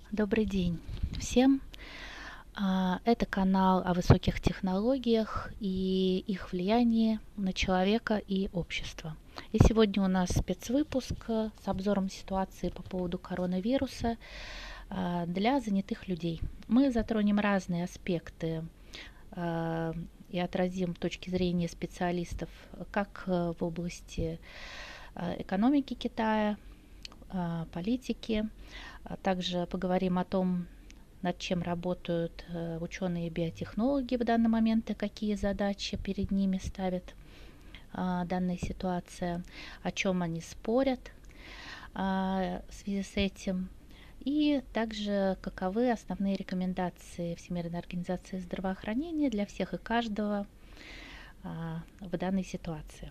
Добрый день всем. Это канал о высоких технологиях и их влиянии на человека и общество. И сегодня у нас спецвыпуск с обзором ситуации по поводу коронавируса для занятых людей. Мы затронем разные аспекты и отразим точки зрения специалистов как в области экономики Китая, политики. Также поговорим о том, над чем работают ученые и биотехнологи в данный момент и какие задачи перед ними ставит данная ситуация, о чем они спорят в связи с этим, и также каковы основные рекомендации Всемирной организации здравоохранения для всех и каждого в данной ситуации.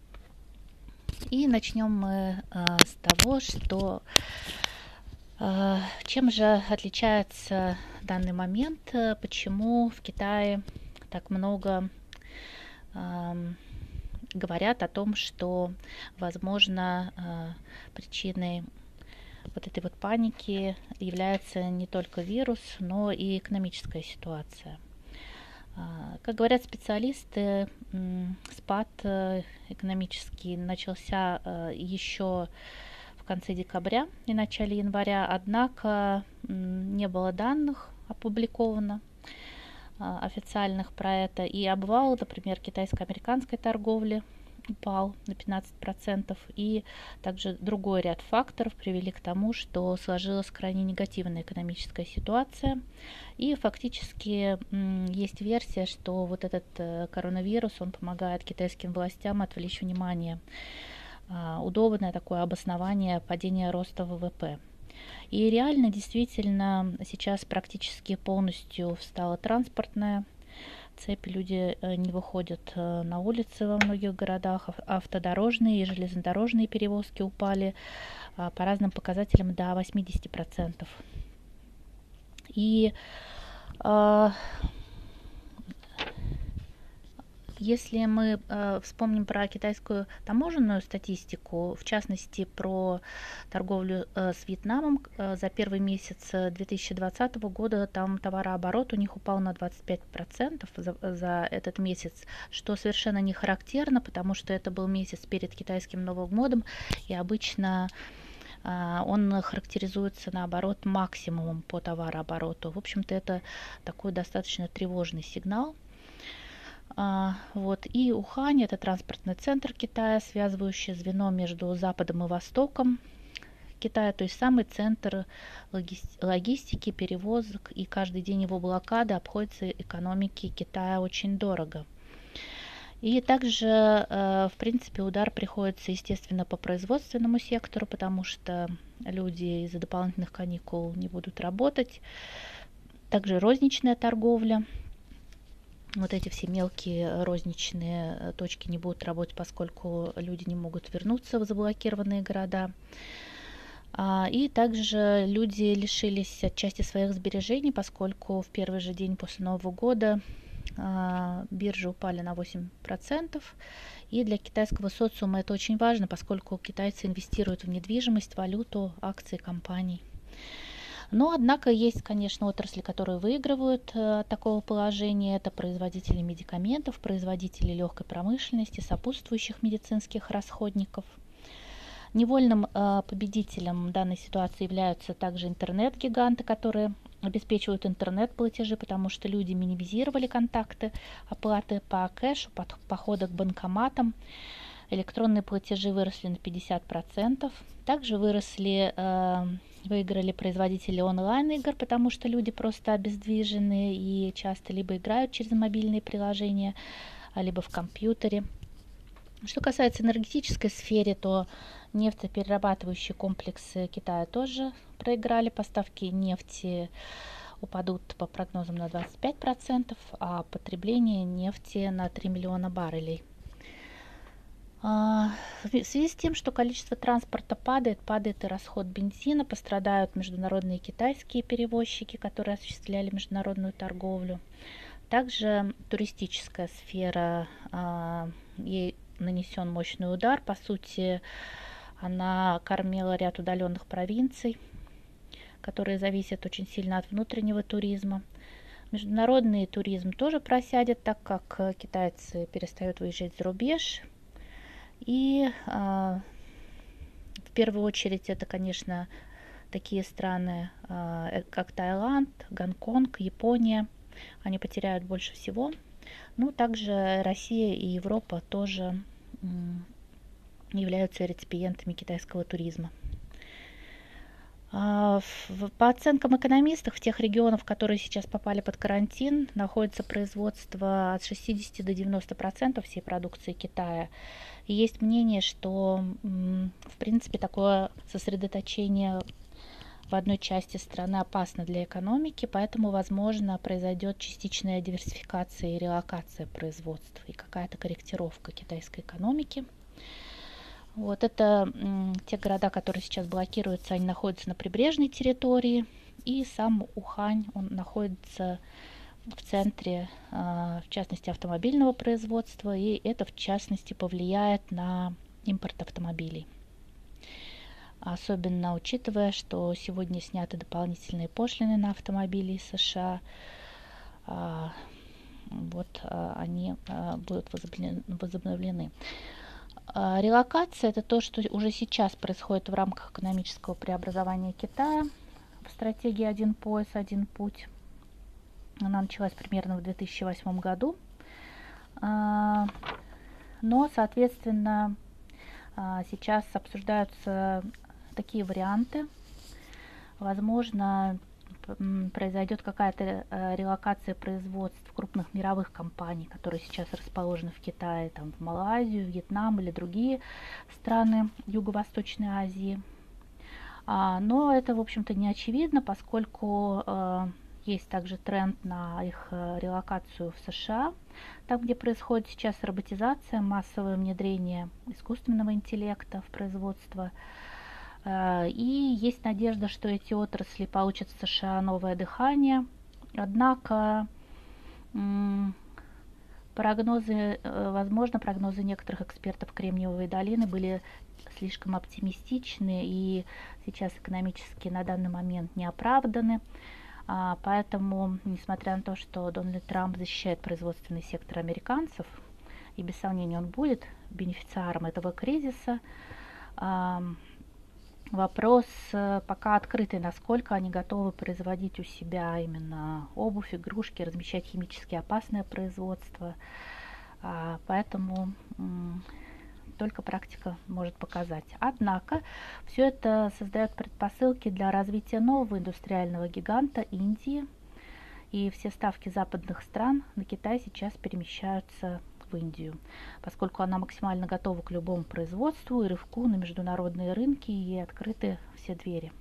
И начнем мы с того, что чем же отличается данный момент, почему в Китае так много говорят о том, что, возможно, причиной вот этой вот паники является не только вирус, но и экономическая ситуация. Как говорят специалисты, спад экономический начался еще в конце декабря и начале января, однако не было данных опубликовано официальных про это. И обвал, например, китайско-американской торговли упал на 15%, и также другой ряд факторов привели к тому, что сложилась крайне негативная экономическая ситуация. И фактически есть версия, что вот этот коронавирус, он помогает китайским властям отвлечь внимание. Удобное такое обоснование падения роста ВВП. И реально, действительно, сейчас практически полностью встала транспортная цепь, люди не выходят на улицы во многих городах, автодорожные и железнодорожные перевозки упали по разным показателям до 80%. И если мы вспомним про китайскую таможенную статистику, в частности про торговлю с Вьетнамом, за первый месяц 2020 года там товарооборот у них упал на 25% за этот месяц, что совершенно не характерно, потому что это был месяц перед китайским Новым годом, и обычно он характеризуется, наоборот, максимумом по товарообороту. В общем-то, это такой достаточно тревожный сигнал. Вот. И Ухань – это транспортный центр Китая, связывающий звено между Западом и Востоком Китая, то есть самый центр логистики, перевозок, и каждый день его блокада обходится экономике Китая очень дорого. И также, в принципе, удар приходится, естественно, по производственному сектору, потому что люди из-за дополнительных каникул не будут работать. Также розничная торговля. Вот эти все мелкие розничные точки не будут работать, поскольку люди не могут вернуться в заблокированные города. И также люди лишились отчасти своих сбережений, поскольку в первый же день после Нового года биржи упали на 8%. И для китайского социума это очень важно, поскольку китайцы инвестируют в недвижимость, валюту, акции компаний. Но, однако, есть, конечно, отрасли, которые выигрывают от такого положения. Это производители медикаментов, производители легкой промышленности, сопутствующих медицинских расходников. Невольным победителем данной ситуации являются также интернет-гиганты, которые обеспечивают интернет-платежи, потому что люди минимизировали контакты оплаты по кэшу, похода к банкоматам. Электронные платежи выросли на 50%. Также выиграли производители онлайн-игр, потому что люди просто обездвижены и часто либо играют через мобильные приложения, либо в компьютере. Что касается энергетической сферы, то нефтеперерабатывающие комплексы Китая тоже проиграли. Поставки нефти упадут по прогнозам на 25%, а потребление нефти на 3 миллиона баррелей. В связи с тем, что количество транспорта падает и расход бензина, пострадают международные китайские перевозчики, которые осуществляли международную торговлю. Также туристическая сфера, ей нанесен мощный удар. По сути, она кормила ряд удаленных провинций, которые зависят очень сильно от внутреннего туризма. Международный туризм тоже просядет, так как китайцы перестают выезжать за рубеж. И в первую очередь это, конечно, такие страны, как Таиланд, Гонконг, Япония. Они потеряют больше всего. Ну, также Россия и Европа тоже являются реципиентами китайского туризма. По оценкам экономистов, в тех регионах, которые сейчас попали под карантин, находится производство от 60 до 90% всей продукции Китая. И есть мнение, что, в принципе, такое сосредоточение в одной части страны опасно для экономики, поэтому, возможно, произойдет частичная диверсификация и релокация производства и какая-то корректировка китайской экономики. Вот это те города, которые сейчас блокируются, они находятся на прибрежной территории, и сам Ухань, он находится в центре, в частности, автомобильного производства, и это, в частности, повлияет на импорт автомобилей. Особенно учитывая, что сегодня сняты дополнительные пошлины на автомобили из США, они будут возобновлены. Релокация – это то, что уже сейчас происходит в рамках экономического преобразования Китая в стратегии «Один пояс, один путь». Она началась примерно в 2008 году. Но, соответственно, сейчас обсуждаются такие варианты. Возможно, произойдет какая-то релокация производств крупных мировых компаний, которые сейчас расположены в Китае, там, в Малайзию, Вьетнам или другие страны Юго-Восточной Азии. Но это, в общем-то, не очевидно, поскольку есть также тренд на их релокацию в США, там, где происходит сейчас роботизация, массовое внедрение искусственного интеллекта в производство. И есть надежда, что эти отрасли получат в США новое дыхание. Однако прогнозы некоторых экспертов Кремниевой долины были слишком оптимистичны и сейчас экономически на данный момент не оправданы. Поэтому, несмотря на то, что Дональд Трамп защищает производственный сектор американцев, и без сомнения он будет бенефициаром этого кризиса, вопрос пока открытый, насколько они готовы производить у себя именно обувь, игрушки, размещать химически опасное производство. Поэтому только практика может показать. Однако все это создает предпосылки для развития нового индустриального гиганта Индии, и все ставки западных стран на Китай сейчас перемещаются в Индию, поскольку она максимально готова к любому производству и рывку на международные рынки, и открыты все двери.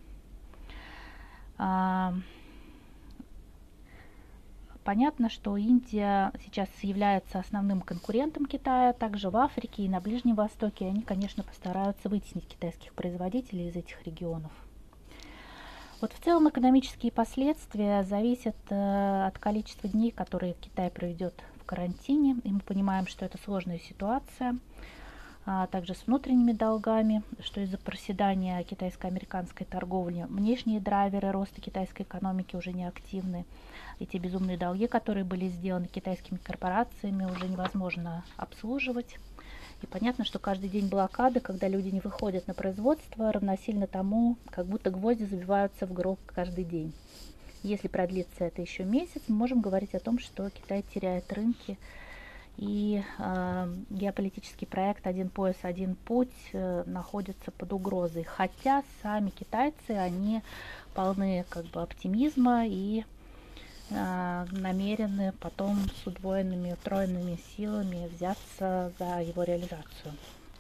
Понятно, что Индия сейчас является основным конкурентом Китая, также в Африке и на Ближнем Востоке. Они, конечно, постараются вытеснить китайских производителей из этих регионов. Вот в целом экономические последствия зависят от количества дней, которые Китай проведет в карантине. И мы понимаем, что это сложная ситуация, также с внутренними долгами, что из-за проседания китайско-американской торговли внешние драйверы роста китайской экономики уже не активны. Эти безумные долги, которые были сделаны китайскими корпорациями, уже невозможно обслуживать. И понятно, что каждый день блокады, когда люди не выходят на производство, равносильно тому, как будто гвозди забиваются в гроб каждый день. Если продлится это еще месяц, мы можем говорить о том, что Китай теряет рынки, и геополитический проект «Один пояс, один путь» находится под угрозой. Хотя сами китайцы, они полны оптимизма и намерены потом с удвоенными, утроенными силами взяться за его реализацию.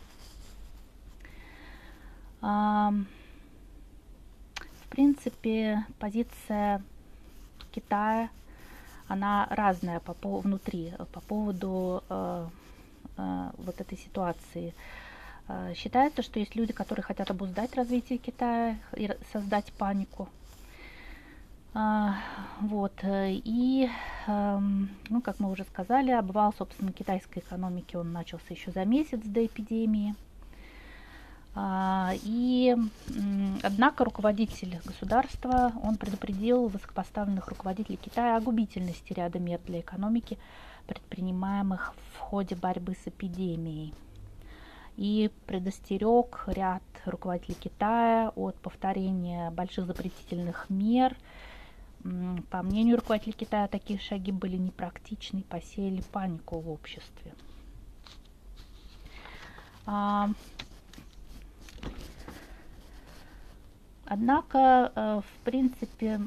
В принципе, позиция Китая, она разная внутри по поводу вот этой ситуации. Считается, что есть люди, которые хотят обуздать развитие Китая и создать панику. Как мы уже сказали, обвал, собственно, китайской экономики, он начался еще за месяц до эпидемии. Однако руководитель государства, он предупредил высокопоставленных руководителей Китая о губительности ряда мер для экономики, предпринимаемых в ходе борьбы с эпидемией. И предостерег ряд руководителей Китая от повторения больших запретительных мер. По мнению руководителей Китая, такие шаги были непрактичны и посеяли панику в обществе. Однако, в принципе,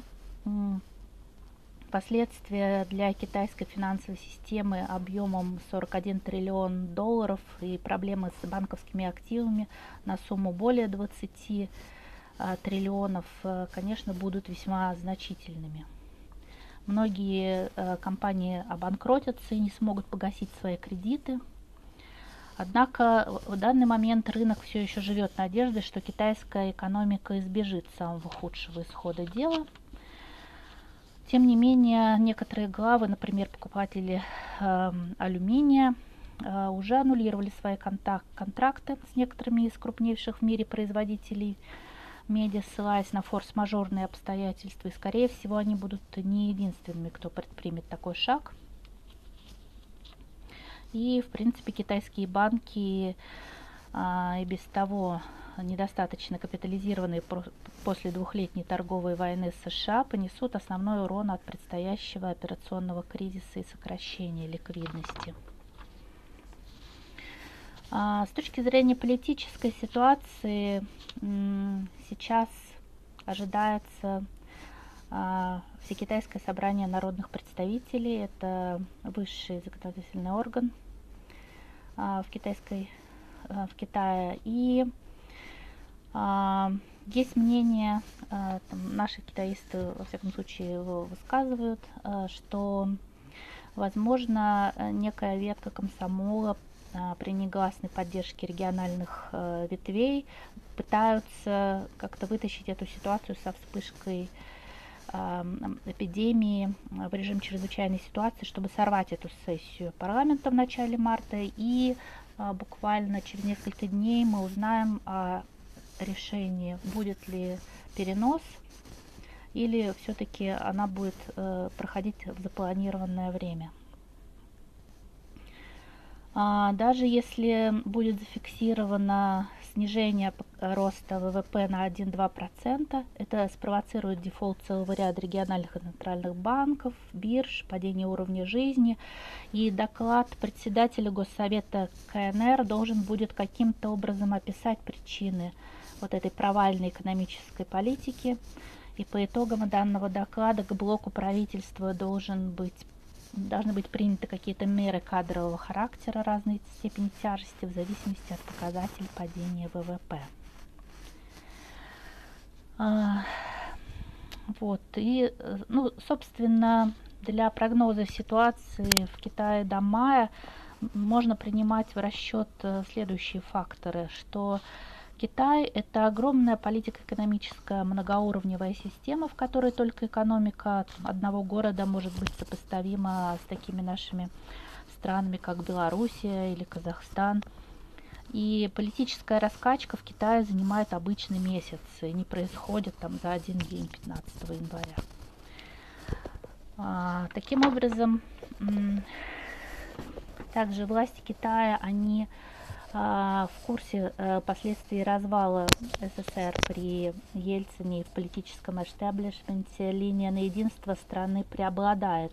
последствия для китайской финансовой системы объемом 41 триллион долларов и проблемы с банковскими активами на сумму более 20 триллионов, конечно, будут весьма значительными. Многие компании обанкротятся и не смогут погасить свои кредиты. Однако в данный момент рынок все еще живет надеждой, что китайская экономика избежит самого худшего исхода дела. Тем не менее, некоторые главы, например, покупатели алюминия, уже аннулировали свои контракты с некоторыми из крупнейших в мире производителей меди, ссылаясь на форс-мажорные обстоятельства. И, скорее всего, они будут не единственными, кто предпримет такой шаг. И, в принципе, китайские банки и без того недостаточно капитализированные после двухлетней торговой войны с США понесут основной урон от предстоящего операционного кризиса и сокращения ликвидности. С точки зрения политической ситуации сейчас ожидается Всекитайское собрание народных представителей. Это высший законодательный орган в Китае. И есть мнение, наши китаисты, во всяком случае, его высказывают, что, возможно, некая ветка комсомола при негласной поддержке региональных ветвей пытаются как-то вытащить эту ситуацию со вспышкой эпидемии в режим чрезвычайной ситуации, чтобы сорвать эту сессию парламента в начале марта. И буквально через несколько дней мы узнаем о решении, будет ли перенос или все-таки она будет проходить в запланированное время. Даже если будет зафиксировано снижение роста ВВП на 1-2%, это спровоцирует дефолт целого ряда региональных и центральных банков, бирж, падение уровня жизни. И доклад председателя Госсовета КНР должен будет каким-то образом описать причины вот этой провальной экономической политики. И по итогам данного доклада к блоку правительства должны быть приняты какие-то меры кадрового характера разной степени тяжести в зависимости от показателей падения ВВП. Вот. И, собственно, для прогноза ситуации в Китае до мая можно принимать в расчет следующие факторы, что Китай – это огромная политико-экономическая многоуровневая система, в которой только экономика одного города может быть сопоставима с такими нашими странами, как Белоруссия или Казахстан. И политическая раскачка в Китае занимает обычный месяц и не происходит там за один день, 15 января. Таким образом, также власти Китая, они в курсе последствий развала СССР при Ельцине и в политическом эстаблишменте линия на единство страны преобладает.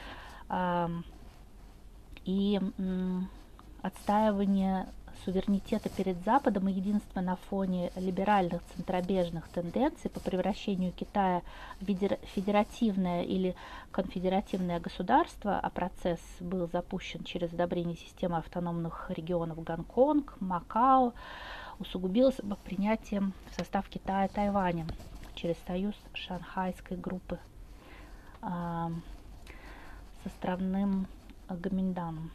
И отстаивание суверенитета перед Западом и единство на фоне либеральных центробежных тенденций по превращению Китая в федеративное или конфедеративное государство, а процесс был запущен через одобрение системы автономных регионов Гонконг, Макао, усугубился бы принятием в состав Китая Тайваня через союз Шанхайской группы с островным Гоминданом.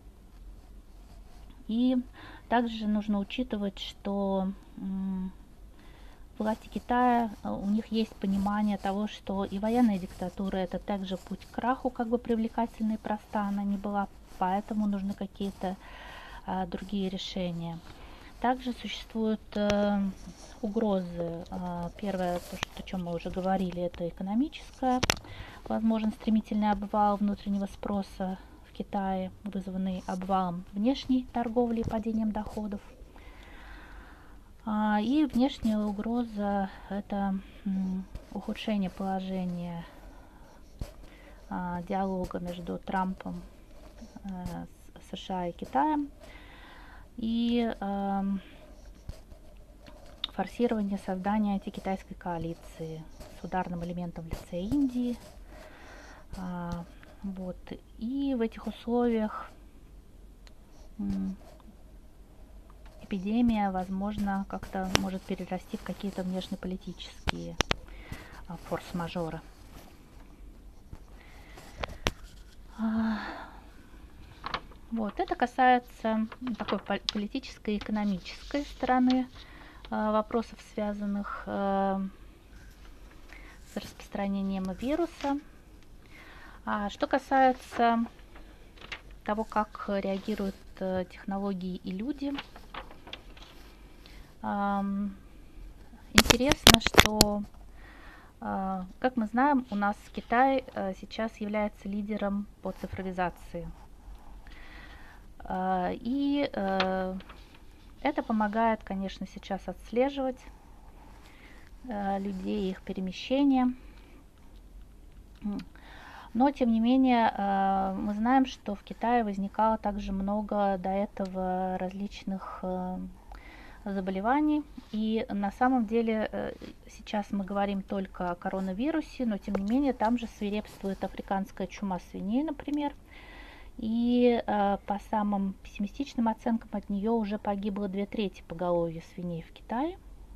И также нужно учитывать, что власти Китая, у них есть понимание того, что и военная диктатура – это также путь к краху, как бы привлекательна и проста она не была, поэтому нужны какие-то другие решения. Также существуют угрозы. Первое, о чем мы уже говорили, это экономическое. Возможен стремительный обвал внутреннего спроса в Китае, вызванный обвалом внешней торговли и падением доходов. И внешняя угроза – это ухудшение положения диалога между Трампом, США и Китаем, и форсирование создания антикитайской коалиции с ударным элементом в лице Индии. Вот. И в этих условиях эпидемия, возможно, как-то может перерасти в какие-то внешнеполитические форс-мажоры. Вот. Это касается такой политической и экономической стороны вопросов, связанных с распространением вируса. Что касается того, как реагируют технологии и люди, интересно, что, как мы знаем, у нас Китай сейчас является лидером по цифровизации. И это помогает, конечно, сейчас отслеживать людей, их перемещения. Но, тем не менее, мы знаем, что в Китае возникало также много до этого различных заболеваний. И на самом деле сейчас мы говорим только о коронавирусе, но, тем не менее, там же свирепствует африканская чума свиней, например. И по самым пессимистичным оценкам от нее уже погибло 2/3 поголовья свиней в Китае.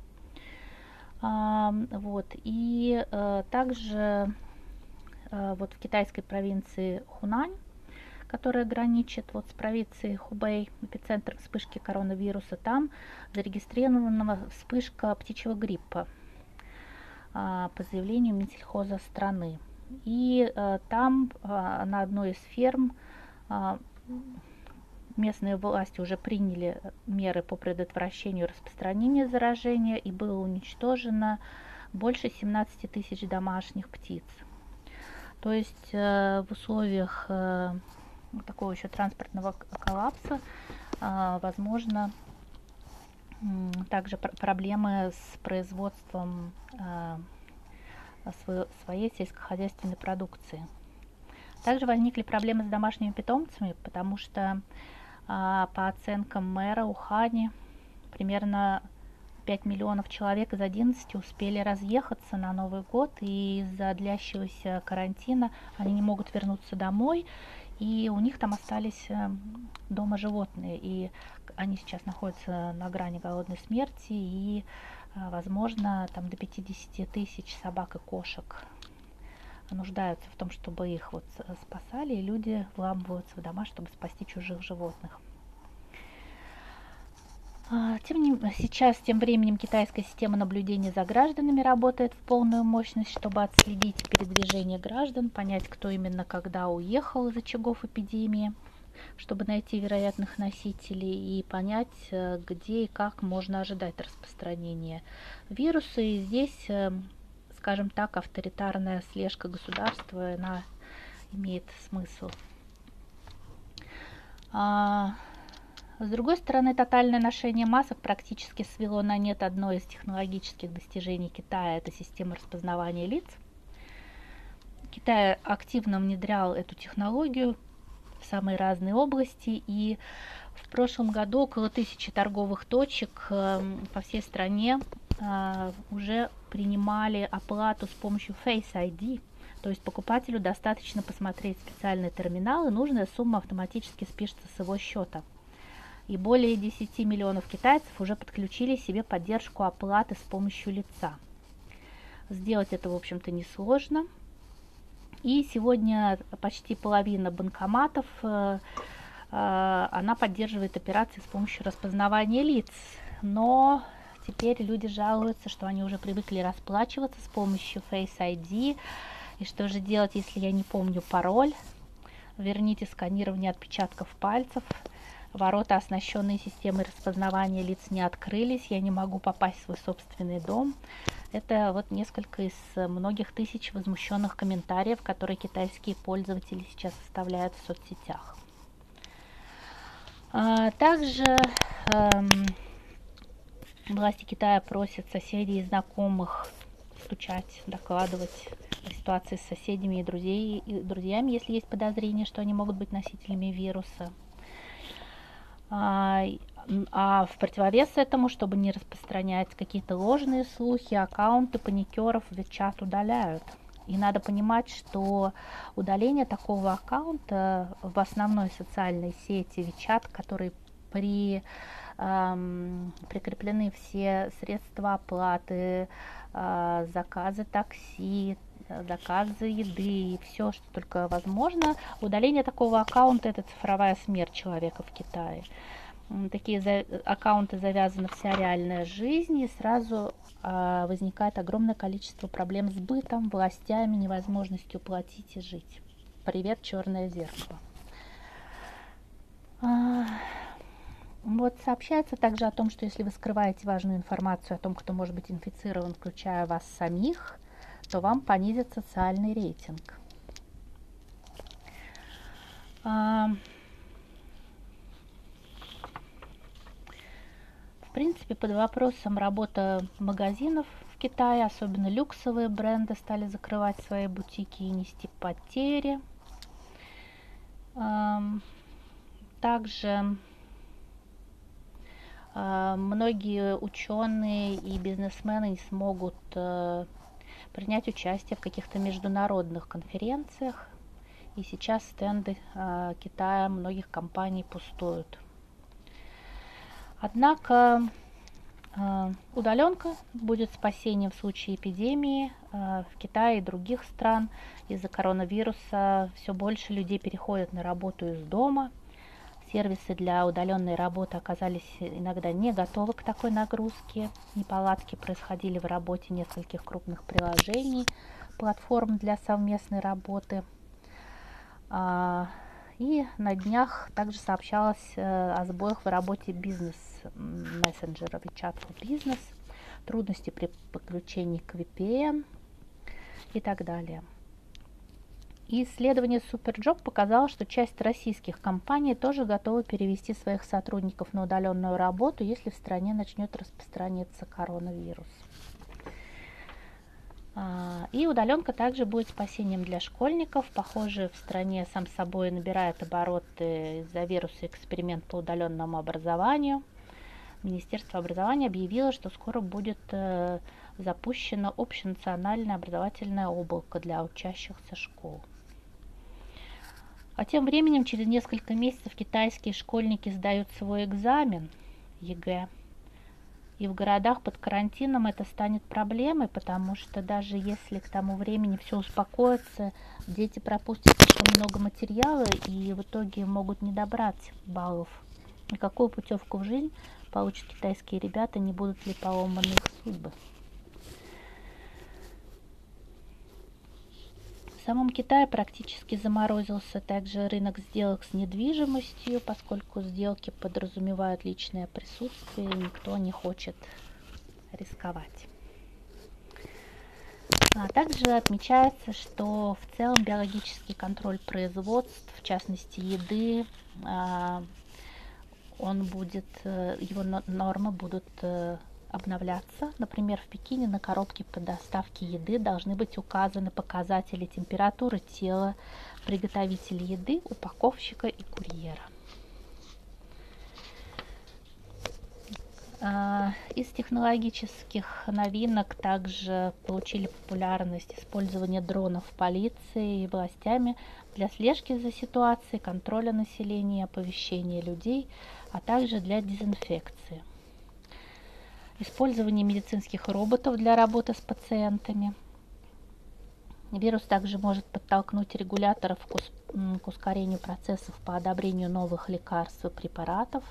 Вот. И также вот в китайской провинции Хунань, которая граничит вот с провинцией Хубэй, эпицентр вспышки коронавируса, там зарегистрирована вспышка птичьего гриппа по заявлению Минсельхоза страны. И там на одной из ферм местные власти уже приняли меры по предотвращению распространения заражения, и было уничтожено больше 17 тысяч домашних птиц. То есть в условиях такого еще транспортного коллапса возможно также проблемы с производством своей сельскохозяйственной продукции. Также возникли проблемы с домашними питомцами, потому что по оценкам мэра Ухани примерно 5 миллионов человек из 11 успели разъехаться на Новый год, и из-за длящегося карантина они не могут вернуться домой, и у них там остались дома животные, и они сейчас находятся на грани голодной смерти, и, возможно, там до 50 тысяч собак и кошек нуждаются в том, чтобы их вот спасали, и люди вламываются в дома, чтобы спасти чужих животных. Сейчас, тем временем, китайская система наблюдения за гражданами работает в полную мощность, чтобы отследить передвижение граждан, понять, кто именно когда уехал из очагов эпидемии, чтобы найти вероятных носителей и понять, где и как можно ожидать распространения вируса. И здесь, скажем так, авторитарная слежка государства, она имеет смысл. С другой стороны, тотальное ношение масок практически свело на нет одно из технологических достижений Китая – это система распознавания лиц. Китай активно внедрял эту технологию в самые разные области, и в прошлом году около 1000 торговых точек по всей стране уже принимали оплату с помощью Face ID. То есть покупателю достаточно посмотреть специальный терминал, и нужная сумма автоматически спишется с его счета. И более 10 миллионов китайцев уже подключили себе поддержку оплаты с помощью лица. Сделать это, в общем-то, несложно. И сегодня почти половина банкоматов она поддерживает операции с помощью распознавания лиц. Но теперь люди жалуются, что они уже привыкли расплачиваться с помощью Face ID. И что же делать, если я не помню пароль? Верните сканирование отпечатков пальцев. Ворота, оснащенные системой распознавания лиц, не открылись, я не могу попасть в свой собственный дом. Это вот несколько из многих тысяч возмущенных комментариев, которые китайские пользователи сейчас оставляют в соцсетях. Также власти Китая просят соседей и знакомых стучать, докладывать о ситуации с соседями и друзьями, если есть подозрение, что они могут быть носителями вируса. А в противовес этому, чтобы не распространять какие-то ложные слухи, аккаунты паникеров в чат удаляют. И надо понимать, что удаление такого аккаунта в основной социальной сети WeChat, который прикреплены все средства оплаты, заказы такси, заказы еды и все, что только возможно. Удаление такого аккаунта – это цифровая смерть человека в Китае. Такие аккаунты завязана вся реальная жизнь, и сразу возникает огромное количество проблем с бытом, властями, невозможностью платить и жить. Привет, черное зеркало. Вот сообщается также о том, что если вы скрываете важную информацию о том, кто может быть инфицирован, включая вас самих, то вам понизят социальный рейтинг. В принципе, под вопросом работа магазинов в Китае, особенно люксовые бренды стали закрывать свои бутики и нести потери. Также многие ученые и бизнесмены не смогут принять участие в каких-то международных конференциях, и сейчас стенды Китая многих компаний пустуют. Однако удаленка будет спасением в случае эпидемии. В Китае и других стран из-за коронавируса все больше людей переходят на работу из дома. Сервисы для удаленной работы оказались иногда не готовы к такой нагрузке. Неполадки происходили в работе нескольких крупных приложений, платформ для совместной работы. И на днях также сообщалось о сбоях в работе бизнес-мессенджера WeChat for Business, трудности при подключении к VPN и так далее. Исследование Superjob показало, что часть российских компаний тоже готовы перевести своих сотрудников на удаленную работу, если в стране начнет распространяться коронавирус. И удаленка также будет спасением для школьников. Похоже, в стране сам собой набирает обороты из-за вируса эксперимент по удаленному образованию. Министерство образования объявило, что скоро будет запущено общенациональное образовательное облако для учащихся школ. А тем временем, через несколько месяцев китайские школьники сдают свой экзамен ЕГЭ. И в городах под карантином это станет проблемой, потому что даже если к тому времени все успокоится, дети пропустят слишком много материала и в итоге могут не добрать баллов. И какую путевку в жизнь получат китайские ребята, не будут ли поломаны их судьбы? В самом Китае практически заморозился также рынок сделок с недвижимостью, поскольку сделки подразумевают личное присутствие, и никто не хочет рисковать. Также отмечается, что в целом биологический контроль производств, в частности еды, его нормы будут обновляться. Например, в Пекине на коробке по доставке еды должны быть указаны показатели температуры тела приготовителя еды, упаковщика и курьера. Из технологических новинок также получили популярность использование дронов полицией и властями для слежки за ситуацией, контроля населения, оповещения людей, а также для дезинфекции. Использование медицинских роботов для работы с пациентами. Вирус также может подтолкнуть регуляторов к ускорению процессов по одобрению новых лекарств и препаратов.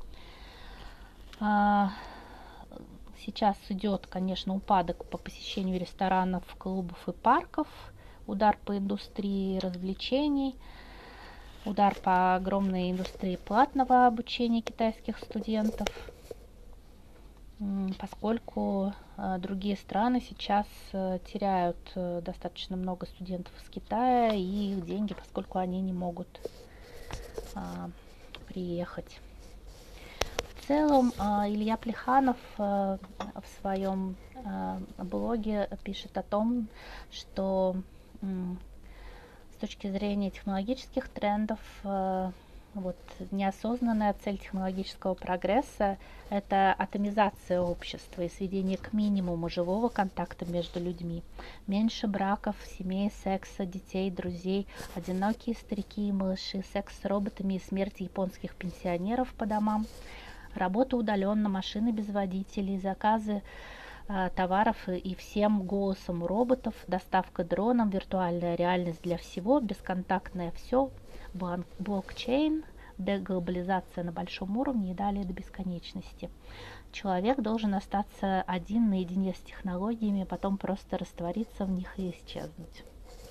Сейчас идет, конечно, упадок по посещению ресторанов, клубов и парков, удар по индустрии развлечений. удар по огромной индустрии платного обучения китайских студентов, поскольку другие страны сейчас теряют достаточно много студентов из Китая и их деньги, поскольку они не могут приехать. В целом Илья Плеханов в своем блоге пишет о том, что с точки зрения технологических трендов неосознанная цель технологического прогресса — это атомизация общества и сведение к минимуму живого контакта между людьми. Меньше браков, семей, секса, детей, друзей, одинокие старики и малыши, секс с роботами и смерть японских пенсионеров по домам, работа удаленно, машины без водителей, заказы товаров и всем голосом роботов, доставка дроном, виртуальная реальность для всего, бесконтактное все, блокчейн, деглобализация на большом уровне и далее до бесконечности. Человек должен остаться один наедине с технологиями, а потом просто раствориться в них и исчезнуть.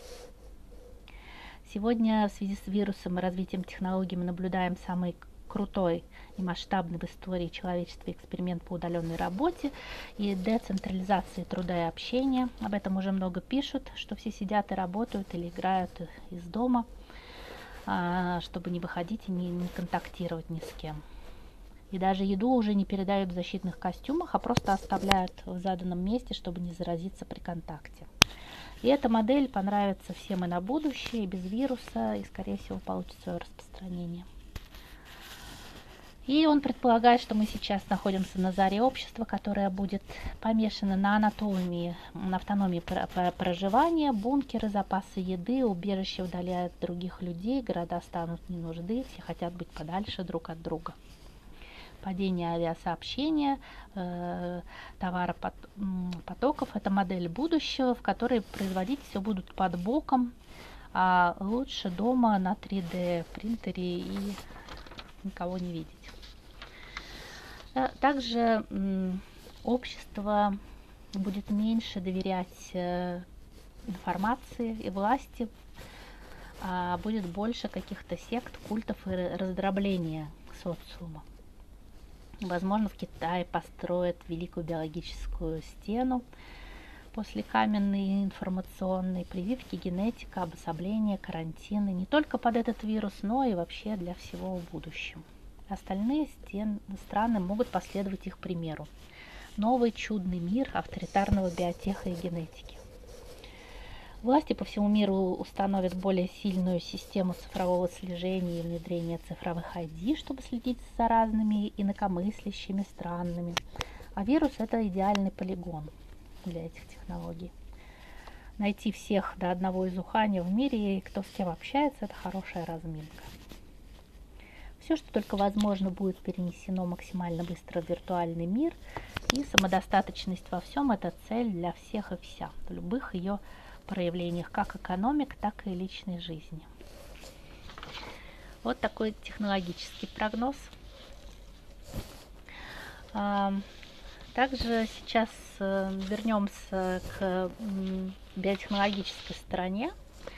Сегодня в связи с вирусом и развитием технологий мы наблюдаем самый крутой и масштабный в истории человечества эксперимент по удаленной работе и децентрализации труда и общения. Об этом уже много пишут, что все сидят и работают или играют из дома, чтобы не выходить и не контактировать ни с кем. И даже еду уже не передают в защитных костюмах, а просто оставляют в заданном месте, чтобы не заразиться при контакте. И эта модель понравится всем и на будущее, и без вируса, и, скорее всего, получит свое распространение. И он предполагает, что мы сейчас находимся на заре общества, которое будет помешано на анатомии, на автономии проживания, бункеры, запасы еды, убежища вдали от других людей, города станут не нужны, все хотят быть подальше друг от друга. Падение авиасообщения, товаропотоков – это модель будущего, в которой производить все будут под боком, а лучше дома на 3D принтере и никого не видеть. Также общество будет меньше доверять информации и власти, а будет больше каких-то сект, культов и раздробления социума. Возможно, в Китае построят великую биологическую стену после каменной информационной, прививки, генетика, обособление, карантины, не только под этот вирус, но и вообще для всего в будущем. Остальные страны могут последовать их примеру. Новый чудный мир авторитарного биотеха и генетики. Власти по всему миру установят более сильную систему цифрового слежения и внедрения цифровых ID, чтобы следить за разными инакомыслящими странами. А вирус – это идеальный полигон для этих технологий. Найти всех до одного из ухания в мире, и кто с кем общается – это хорошая разминка. Все, что только возможно, будет перенесено максимально быстро в виртуальный мир, и самодостаточность во всем – это цель для всех и вся, в любых ее проявлениях, как экономик, так и личной жизни. Вот такой технологический прогноз. Также сейчас вернемся к биотехнологической стороне,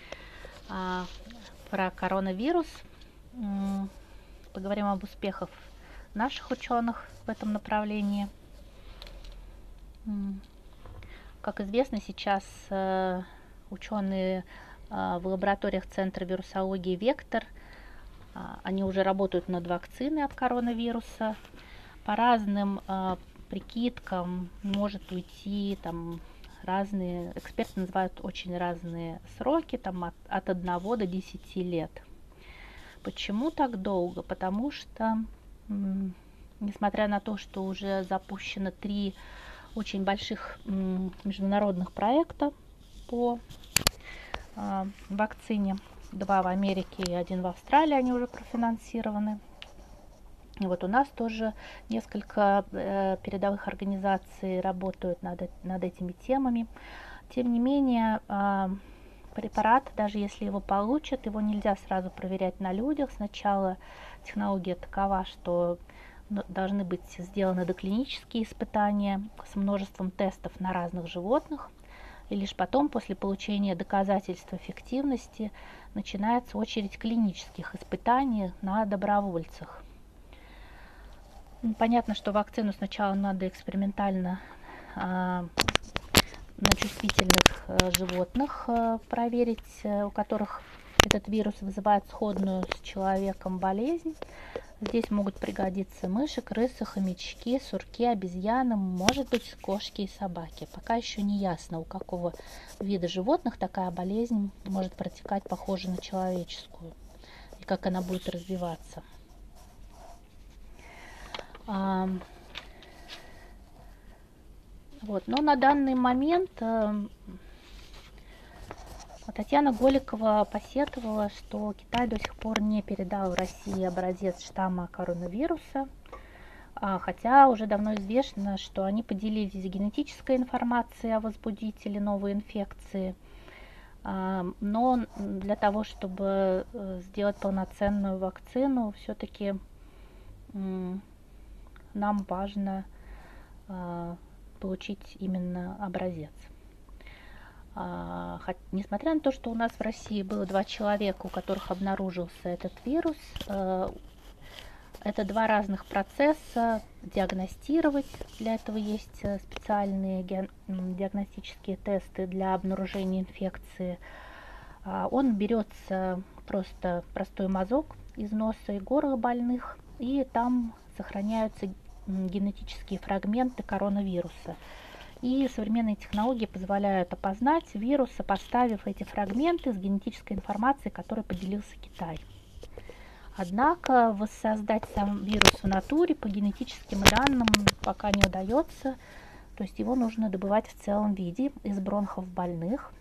про коронавирус. Поговорим об успехах наших ученых в этом направлении. Как известно, сейчас ученые в лабораториях Центра вирусологии «Вектор», они уже работают над вакциной от коронавируса. По разным прикидкам может уйти разные, эксперты называют очень разные сроки, от 1 до 10 лет. Почему так долго? Потому что, несмотря на то, что уже запущено 3 очень больших международных проекта по вакцине, 2 в Америке и 1 в Австралии, они уже профинансированы. И вот у нас тоже несколько передовых организаций работают над этими темами. Тем не менее, препарат, даже если его получат, его нельзя сразу проверять на людях. Сначала технология такова, что должны быть сделаны доклинические испытания с множеством тестов на разных животных. И лишь потом, после получения доказательств эффективности, начинается очередь клинических испытаний на добровольцах. Понятно, что вакцину сначала надо экспериментально на чувствительных животных проверить, у которых этот вирус вызывает сходную с человеком болезнь. Здесь могут пригодиться мыши, крысы, хомячки, сурки, обезьяны, может быть, кошки и собаки. Пока еще не ясно, у какого вида животных такая болезнь может протекать похоже на человеческую и как она будет развиваться. Вот. Но на данный момент Татьяна Голикова посетовала, что Китай до сих пор не передал России образец штамма коронавируса, хотя уже давно известно, что они поделились генетической информацией о возбудителе новой инфекции. Но для того, чтобы сделать полноценную вакцину, все-таки нам важно получить именно образец. Несмотря на то, что у нас в России было 2 человека, у которых обнаружился этот вирус, это 2 разных процесса диагностировать. Для этого есть специальные диагностические тесты для обнаружения инфекции. Он берется просто простой мазок из носа и горла больных, и там сохраняются генетические фрагменты коронавируса. И современные технологии позволяют опознать вирус, сопоставив эти фрагменты с генетической информацией, которой поделился Китай. Однако воссоздать сам вирус в натуре по генетическим данным пока не удается. То есть его нужно добывать в целом виде из бронхов больных.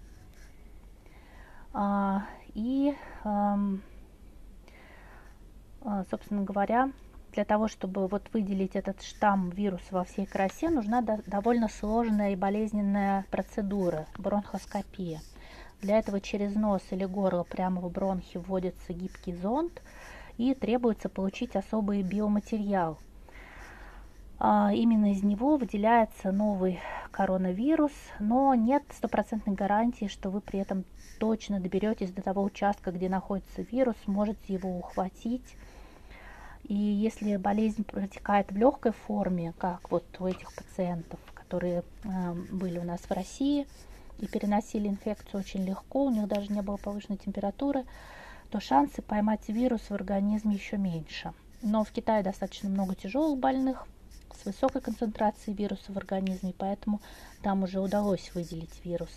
Собственно говоря, для того, чтобы выделить этот штамм вируса во всей красе, нужна довольно сложная и болезненная процедура – бронхоскопия. Для этого через нос или горло прямо в бронхи вводится гибкий зонд и требуется получить особый биоматериал. Именно из него выделяется новый коронавирус, но нет стопроцентной гарантии, что вы при этом точно доберетесь до того участка, где находится вирус, сможете его ухватить. И если болезнь протекает в легкой форме, как вот у этих пациентов, которые были у нас в России и переносили инфекцию очень легко, у них даже не было повышенной температуры, то шансы поймать вирус в организме еще меньше. Но в Китае достаточно много тяжелых больных с высокой концентрацией вируса в организме, поэтому там уже удалось выделить вирус.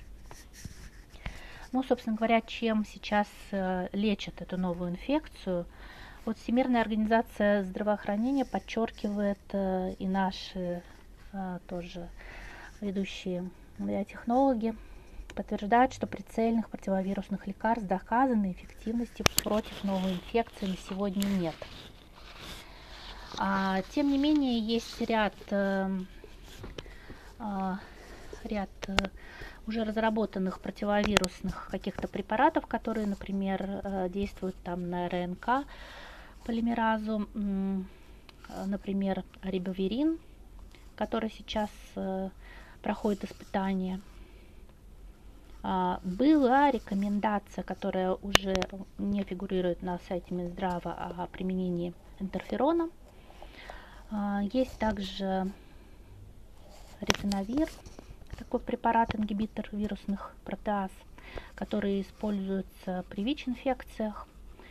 Ну, собственно говоря, чем сейчас лечат эту новую инфекцию? Вот Всемирная организация здравоохранения подчеркивает, и наши тоже ведущие биотехнологи подтверждают, что прицельных противовирусных лекарств доказанной эффективности против новой инфекции на сегодня нет. Тем не менее, есть ряд уже разработанных противовирусных каких-то препаратов, которые, например, действуют там на РНК полимеразу, например, рибавирин, который сейчас проходит испытания. Была рекомендация, которая уже не фигурирует на сайте Минздрава, о применении интерферона. Есть также ретиновир, такой препарат, ингибитор вирусных протеаз, который используется при ВИЧ-инфекциях.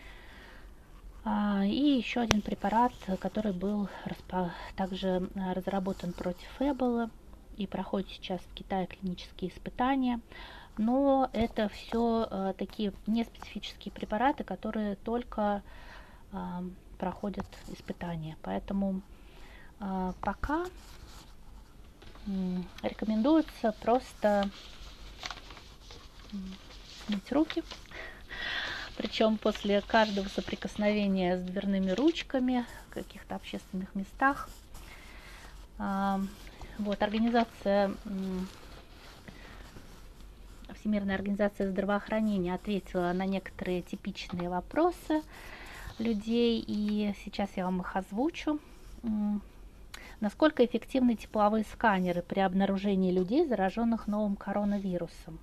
И еще один препарат, который был также разработан против Эболы и проходит сейчас в Китае клинические испытания. Но это все такие неспецифические препараты, которые только проходят испытания. Поэтому пока рекомендуется просто мыть руки, причем после каждого соприкосновения с дверными ручками в каких-то общественных местах. Всемирная организация здравоохранения ответила на некоторые типичные вопросы людей, и сейчас я вам их озвучу. Насколько эффективны тепловые сканеры при обнаружении людей, зараженных новым коронавирусом?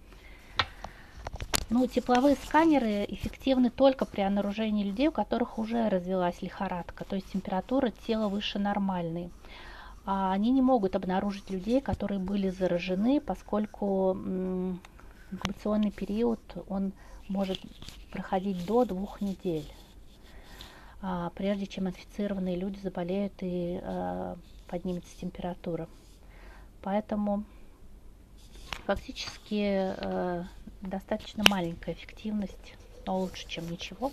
Ну, тепловые сканеры эффективны только при обнаружении людей, у которых уже развилась лихорадка, то есть температура тела выше нормальной. А они не могут обнаружить людей, которые были заражены, поскольку инкубационный период он может проходить до 2 недель, прежде чем инфицированные люди заболеют и поднимется температура. Поэтому фактически достаточно маленькая эффективность, но лучше, чем ничего.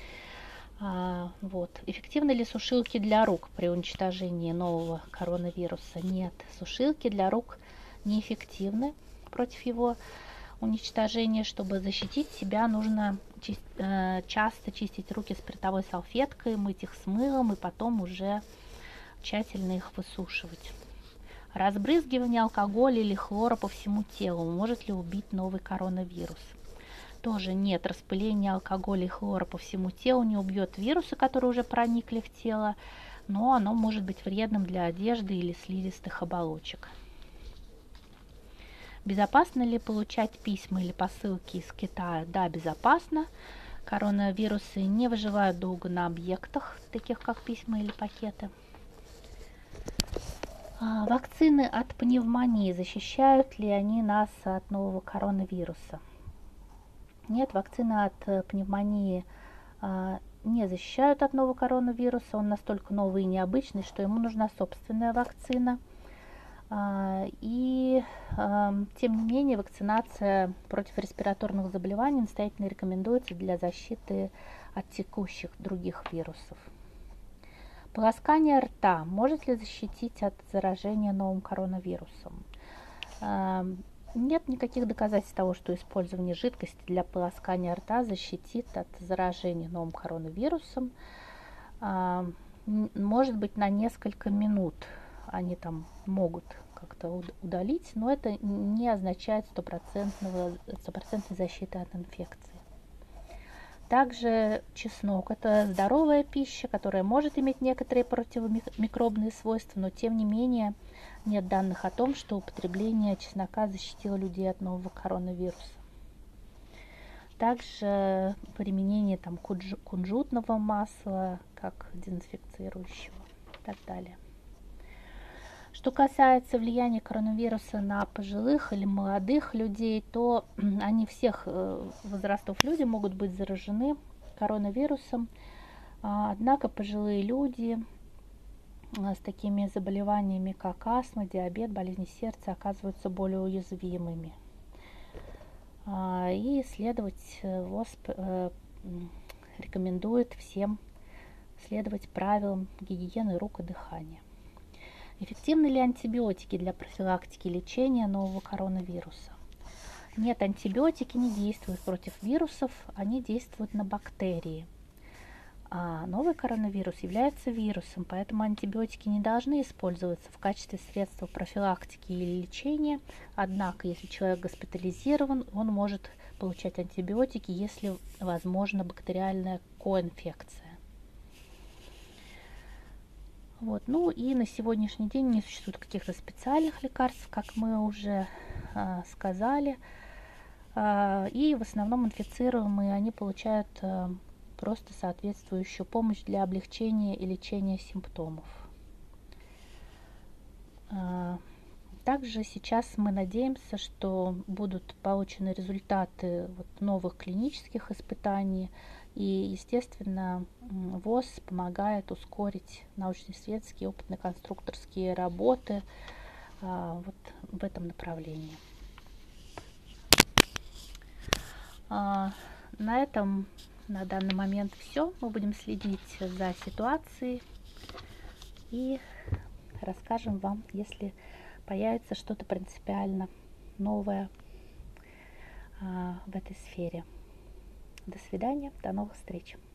Вот. Эффективны ли сушилки для рук при уничтожении нового коронавируса? Нет, сушилки для рук неэффективны против его уничтожения. Чтобы защитить себя, нужно часто чистить руки спиртовой салфеткой, мыть их с мылом и потом уже тщательно их высушивать. Разбрызгивание алкоголя или хлора по всему телу может ли убить новый коронавирус? Тоже нет, распыление алкоголя и хлора по всему телу не убьет вирусы, которые уже проникли в тело, но оно может быть вредным для одежды или слизистых оболочек. Безопасно ли получать письма или посылки из Китая? Да, безопасно. Коронавирусы не выживают долго на объектах, таких как письма или пакеты. Вакцины от пневмонии, защищают ли они нас от нового коронавируса? Нет, вакцины от пневмонии не защищают от нового коронавируса. Он настолько новый и необычный, что ему нужна собственная вакцина. И тем не менее вакцинация против респираторных заболеваний настоятельно рекомендуется для защиты от текущих других вирусов. Полоскание рта может ли защитить от заражения новым коронавирусом? Нет никаких доказательств того, что использование жидкости для полоскания рта защитит от заражения новым коронавирусом. Может быть, на несколько минут они там могут как-то удалить, но это не означает стопроцентной защиты от инфекции. Также чеснок – это здоровая пища, которая может иметь некоторые противомикробные свойства, но тем не менее нет данных о том, что употребление чеснока защитило людей от нового коронавируса. Также применение кунжутного масла как дезинфицирующего и так далее. Что касается влияния коронавируса на пожилых или молодых людей, то они всех возрастов люди могут быть заражены коронавирусом. Однако пожилые люди с такими заболеваниями, как астма, диабет, болезни сердца, оказываются более уязвимыми. И исследовать ВОЗ рекомендует всем следовать правилам гигиены рук и дыхания. Эффективны ли антибиотики для профилактики и лечения нового коронавируса? Нет, антибиотики не действуют против вирусов, они действуют на бактерии. А новый коронавирус является вирусом, поэтому антибиотики не должны использоваться в качестве средства профилактики или лечения. Однако, если человек госпитализирован, он может получать антибиотики, если возможна бактериальная коинфекция. Вот. Ну и на сегодняшний день не существует каких-то специальных лекарств, как мы уже сказали. И в основном инфицируемые, они получают просто соответствующую помощь для облегчения и лечения симптомов. Также сейчас мы надеемся, что будут получены результаты новых клинических испытаний. И, естественно, ВОЗ помогает ускорить научно-исследовательские, опытно-конструкторские работы в этом направлении. На этом на данный момент все. Мы будем следить за ситуацией и расскажем вам, если появится что-то принципиально новое в этой сфере. До свидания, до новых встреч.